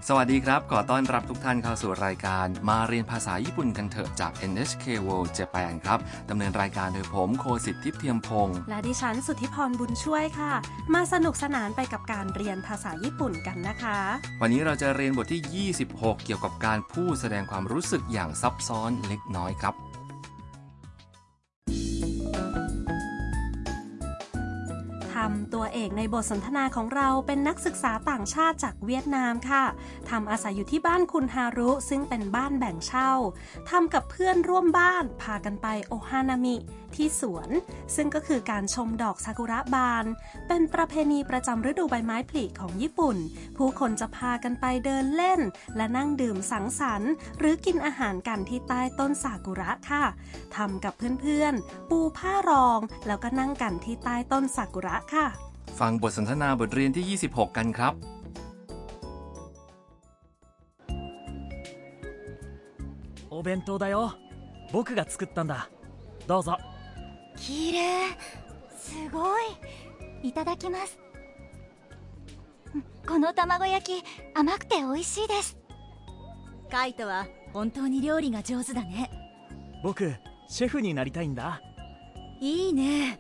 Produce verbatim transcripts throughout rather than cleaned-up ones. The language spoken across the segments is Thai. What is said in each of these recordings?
สวัสดีครับขอต้อนรับทุกท่านเข้าสู่รายการมาเรียนภาษาญี่ปุ่นกันเถอะจาก เอ็น เอช เค World Japan ครับดำเนินรายการโดยผมโคสิทธิ์ทิพย์เทียมพงษ์และดิฉันสุทธิพรบุญช่วยค่ะมาสนุกสนานไปกับการเรียนภาษาญี่ปุ่นกันนะคะวันนี้เราจะเรียนบทที่ยี่สิบหกเกี่ยวกับการพูดแสดงความรู้สึกอย่างซับซ้อนเล็กน้อยครับทำตัวเอกในบทสนทนาของเราเป็นนักศึกษาต่างชาติจากเวียดนามค่ะทำอาศัยอยู่ที่บ้านคุณฮารุซึ่งเป็นบ้านแบ่งเช่าทำกับเพื่อนร่วมบ้านพากันไปโอฮานามิที่สวนซึ่งก็คือการชมดอกซากุระบานเป็นประเพณีประจำฤดูใบไม้ผลิของญี่ปุ่นผู้คนจะพากันไปเดินเล่นและนั่งดื่มสังสรรค์หรือกินอาหารกันที่ใต้ต้นซากุระค่ะทำกับเพื่อนๆปูผ้ารองแล้วก็นั่งกันที่ใต้ต้นซากุระค่ะฟังบทสนทนาบทเรียนที่ยี่สิบหกกันครับお弁当だよ僕が作ったんだどうぞきれいすごいいただきますこの卵焼き甘くて美味しいですカイトは本当に料理が上手だね僕シェフになりたいんだいいね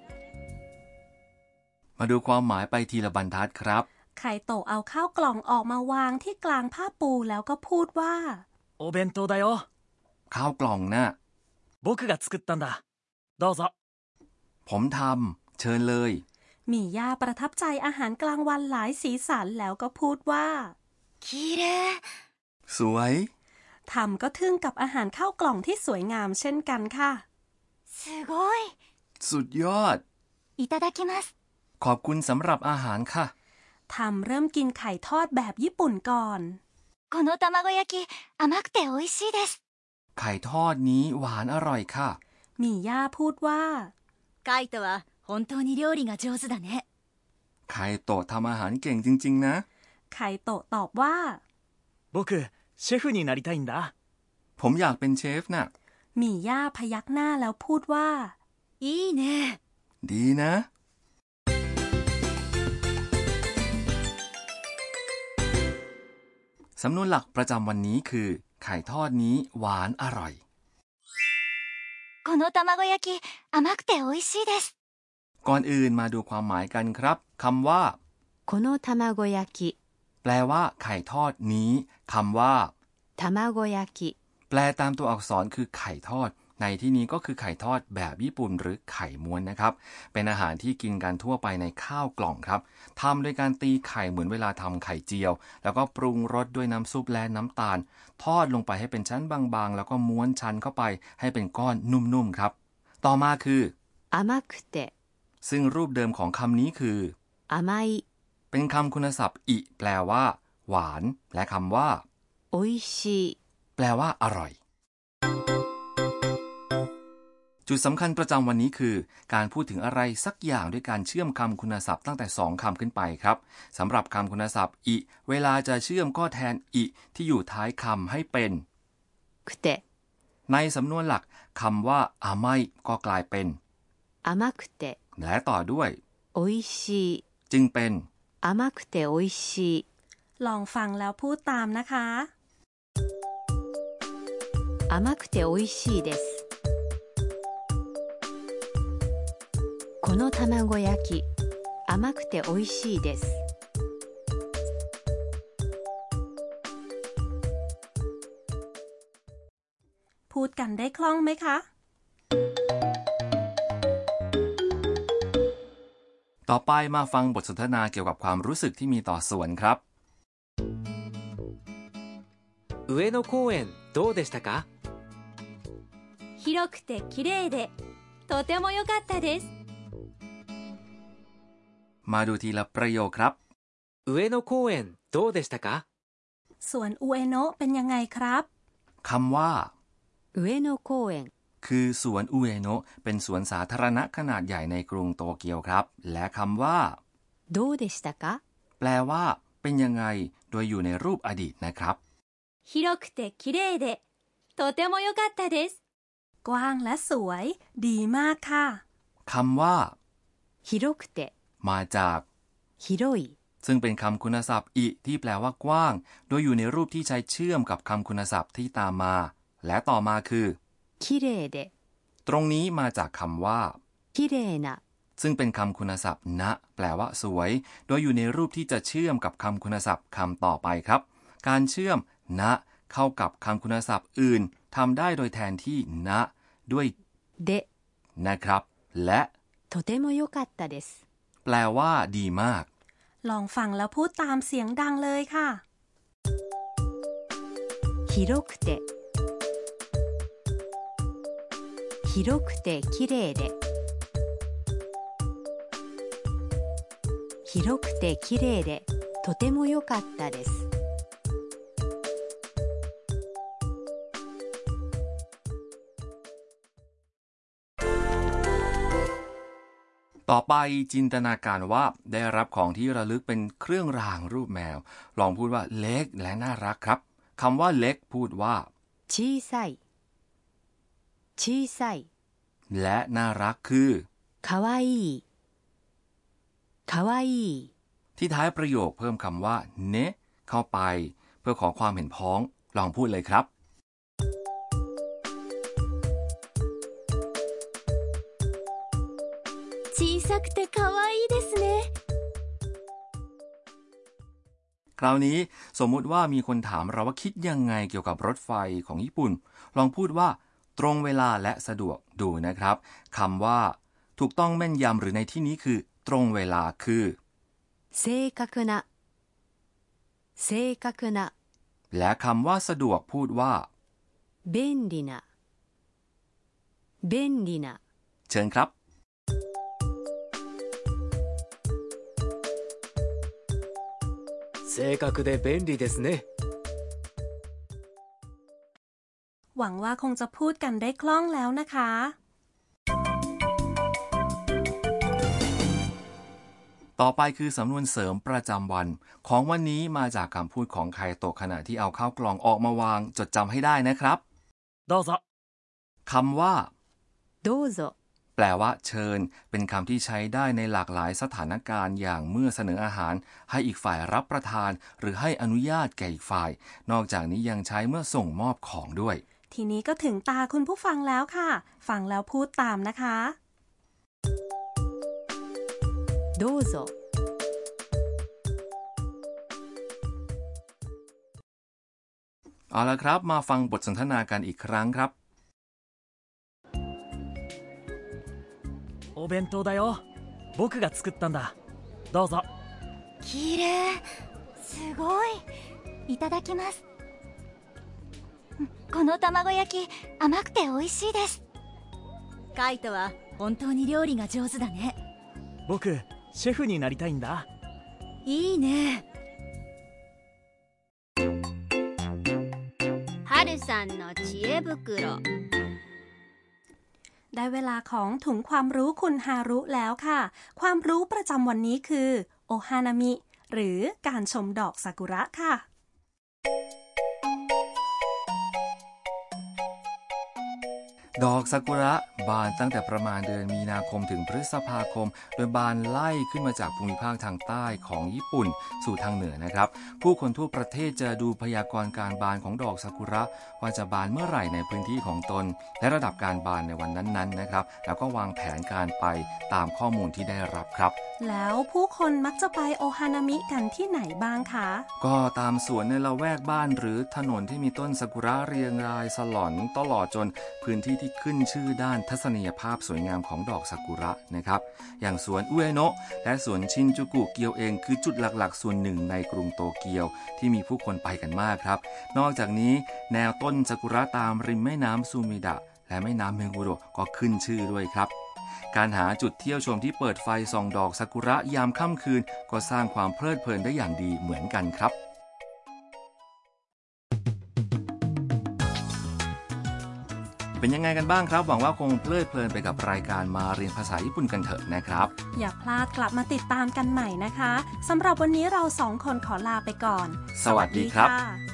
มาดูความหมายไปทีละบรรทัดครับไคโตะเอาข้าวกล่องออกมาวางที่กลางผ้าปูแล้วก็พูดว่าお弁当だよข้าวกล่องน่ะ僕が作ったんだどうぞผมทำเชิญเลยมีย่าประทับใจอาหารกลางวันหลายสีสันแล้วก็พูดว่าきれいสวยทำก็ทึ่งกับอาหารข้าวกล่องที่สวยงามเช่นกันค่ะすごいสุดยอดいただきますขอบคุณสำหรับอาหารค่ะทำเริ่มกินไข่ทอดแบบญี่ปุ่นก่อนこの卵焼き甘くて美味しいですไข่ทอดนี้หวานอร่อยค่ะมีย่าพูดว่าカイトは本当に料理が上手だねไข่โตะทำอาหารเก่งจริงๆนะไข่โตะตอบว่า僕シェフになりたいんだผมอยากเป็นเชฟน่ะมีย่าพยักหน้าแล้วพูดว่ายいねดีนะสำนวนหลักประจำวันนี้คือไข่ทอดนี้หวานอร่อยこの卵焼き甘くて美味しいですก่อนอื่นมาดูความหมายกันครับคำว่าこの卵焼きแปลว่าไข่ทอดนี้คำว่า卵焼きแปลตามตัวอักษรคือไข่ทอดในที่นี้ก็คือไข่ทอดแบบญี่ปุ่นหรือไข่ม้วนนะครับเป็นอาหารที่กินกันทั่วไปในข้าวกล่องครับทำโดยการตีไข่เหมือนเวลาทำไข่เจียวแล้วก็ปรุงรสด้วยน้ำซุปและน้ำตาลทอดลงไปให้เป็นชั้นบางๆแล้วก็ม้วนชั้นเข้าไปให้เป็นก้อนนุ่มๆครับต่อมาคือ甘くてซึ่งรูปเดิมของคำนี้คือ甘いเป็นคำคุณศัพท์อิแปลว่าหวานและคำว่า美味しいแปลว่าอร่อยจุดสำคัญประจำวันนี้คือการพูดถึงอะไรสักอย่างด้วยการเชื่อมคำคุณศัพท์ตั้งแต่สองคำขึ้นไปครับสำหรับคำคุณศัพท์อิเวลาจะเชื่อมก็แทนอิที่อยู่ท้ายคำให้เป็นくてในสำนวนหลักคำว่าอาไมก็กลายเป็น甘くてและต่อด้วย美味しいจึงเป็น甘くて美味しいลองฟังแล้วพูดตามนะคะ甘くて美味しいですこの卵焼き甘くて美味しいですพูดกันได้คล่องไหมคะต่อไปมาฟังบทสนทนาเกี่ยวกับความรู้สึกที่มีต่อสวนครับ上野公園どうでしたか広くて綺麗でとても良かったですมาดูทีละประโยคครับ上野公園どうでしたかสวนอุเอโนะเป็นยังไงครับคำว่า上野公園คือสวนอุเอโนะเป็นสวนสาธารณะขนาดใหญ่ในกรุงโตเกียวครับและคำว่าどうでしたかแปลว่าเป็นยังไงโดยอยู่ในรูปอดีตนะครับ広くて綺麗でとても良かったですกว้างและสวยดีมากค่ะคำว่า広くてมาจาก広いซึ่งเป็นคำคุณศัพท์อิที่แปลว่ากว้างโดยอยู่ในรูปที่ใช้เชื่อมกับคำคุณศัพท์ที่ตามมาและต่อมาคือきれいでตรงนี้มาจากคำว่าきれいなซึ่งเป็นคำคุณศัพท์นะแปลว่าสวยโดยอยู่ในรูปที่จะเชื่อมกับคำคุณศัพท์คำต่อไปครับการเชื่อมนะเข้ากับคำคุณศัพท์อื่นทำได้โดยแทนที่นะด้วยเดนะครับและとても良かったですแปลว่าดีมากลองฟังแล้วพูดตามเสียงดังเลยค่ะ広くて広くてきれいで広くてきれいでとても良かったですต่อไปจินตนาการว่าได้รับของที่ระลึกเป็นเครื่องรางรูปแมวลองพูดว่าเล็กและน่ารักครับคำว่าเล็กพูดว่า小さい小さいและน่ารักคือかわいいかわいいที่ท้ายประโยคเพิ่มคำว่าเนะเข้าไปเพื่อขอความเห็นพ้องลองพูดเลยครับ小さくて可愛いですねคราวนี้สมมุติว่ามีคนถามเราว่าคิดยังไงเกี่ยวกับรถไฟของญี่ปุ่นลองพูดว่าตรงเวลาและสะดวกดูนะครับคำว่าถูกต้องแม่นยำหรือในที่นี้คือตรงเวลาคือ正確な正確なและคำว่าสะดวกพูดว่า便利な便利なเชิญครับ正確で便利ですねหวังว่าคงจะพูดกันได้คล่องแล้วนะคะต่อไปคือสำนวนเสริมประจำวันของวันนี้มาจากคำพูดของไคโตะขณะที่เอาข้าวกล่องออกมาวางจดจำให้ได้นะครับどうぞคำว่าどうぞแปลว่าเชิญเป็นคำที่ใช้ได้ในหลากหลายสถานการณ์อย่างเมื่อเสนออาหารให้อีกฝ่ายรับประทานหรือให้อนุญาตแก่อีกฝ่ายนอกจากนี้ยังใช้เมื่อส่งมอบของด้วยทีนี้ก็ถึงตาคุณผู้ฟังแล้วค่ะฟังแล้วพูดตามนะคะどうぞเอาละครับมาฟังบทสนทนากันอีกครั้งครับお弁当だよ僕が作ったんだどうぞきれいすごいいただきますこの卵焼き甘くて美味しいですカイトは本当に料理が上手だね僕シェフになりたいんだいいねはるさんの知恵袋ได้เวลาของถุงความรู้คุณฮารุแล้วค่ะความรู้ประจำวันนี้คือโอฮานามิหรือการชมดอกซากุระค่ะดอกซากุระบานตั้งแต่ประมาณเดือนมีนาคมถึงพฤษภาคมโดยบานไล่ขึ้นมาจากภูมิภาคทางใต้ของญี่ปุ่นสู่ทางเหนือนะครับผู้คนทั่วประเทศจะดูพยากรณ์การบานของดอกซากุระว่าจะบานเมื่อไหร่ในพื้นที่ของตนและระดับการบานในวันนั้นๆนะครับแล้วก็วางแผนการไปตามข้อมูลที่ได้รับครับแล้วผู้คนมักจะไปโอฮานามิกันที่ไหนบ้างคะก็ตามสวนในละแวกบ้านหรือถนนที่มีต้นซากุระเรียงรายสลอนตลอดจนพื้นที่ที่ขึ้นชื่อด้านทัศนียภาพสวยงามของดอกซากุระนะครับอย่างสวนอุเอโนะและสวนชินจูกุเกียวเองคือจุดหลักๆส่วนหนึ่งในกรุงโตเกียวที่มีผู้คนไปกันมากครับนอกจากนี้แนวต้นซากุระตามริมแม่น้ำซูมิดะและแม่น้ำเมกุโรก็ขึ้นชื่อด้วยครับการหาจุดเที่ยวชมที่เปิดไฟส่องดอกซากุระยามค่ำคืนก็สร้างความเพลิดเพลินได้อย่างดีเหมือนกันครับเป็นยังไงกันบ้างครับหวังว่าคงเพลิดเพลินไปกับรายการมาเรียนภาษาญี่ปุ่นกันเถอะนะครับอย่าพลาดกลับมาติดตามกันใหม่นะคะสำหรับวันนี้เราสองคนขอลาไปก่อนสวัสดีครับ